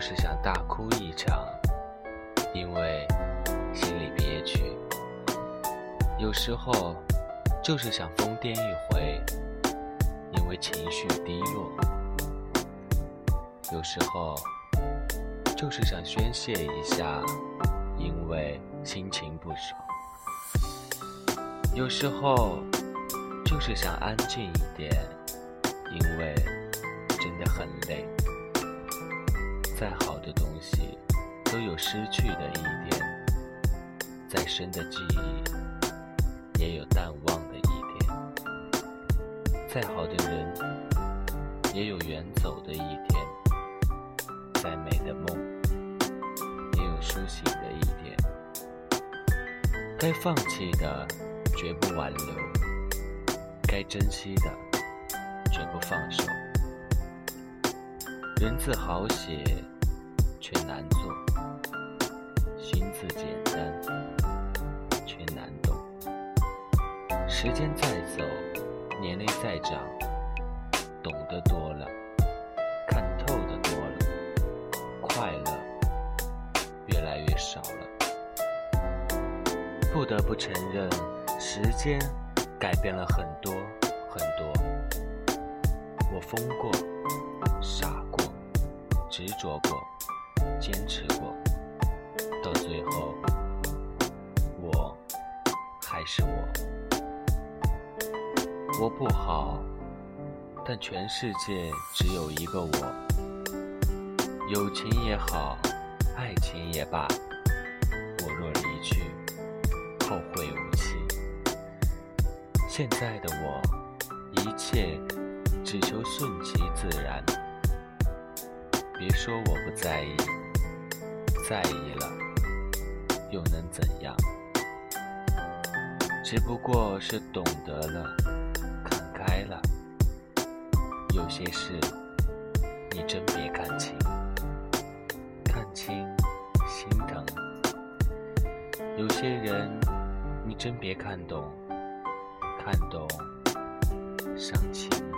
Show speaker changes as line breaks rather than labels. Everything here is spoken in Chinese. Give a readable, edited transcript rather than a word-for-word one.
就是想大哭一场，因为心里憋屈；有时候就是想疯癫一回，因为情绪低落；有时候就是想宣泄一下，因为心情不爽；有时候就是想安静一点，因为真的很累。再好的东西都有失去的一天，再深的记忆也有淡忘的一天，再好的人也有远走的一天，再美的梦也有苏醒的一天。该放弃的绝不挽留，该珍惜的绝不放手。人字好写却难做，心字简单却难懂。时间在走，年龄在长，懂得多了，看透的多了，快乐越来越少了。不得不承认，时间改变了很多很多。我疯过，傻过，执着过，坚持过，到最后我还是我。我不好，但全世界只有一个我。友情也好，爱情也罢，我若离去，后会无期。现在的我，一切只求顺其自然。别说我不在意，在意了又能怎样？只不过是懂得了，看开了。有些事你真别看清，看清心疼；有些人你真别看懂，看懂伤情。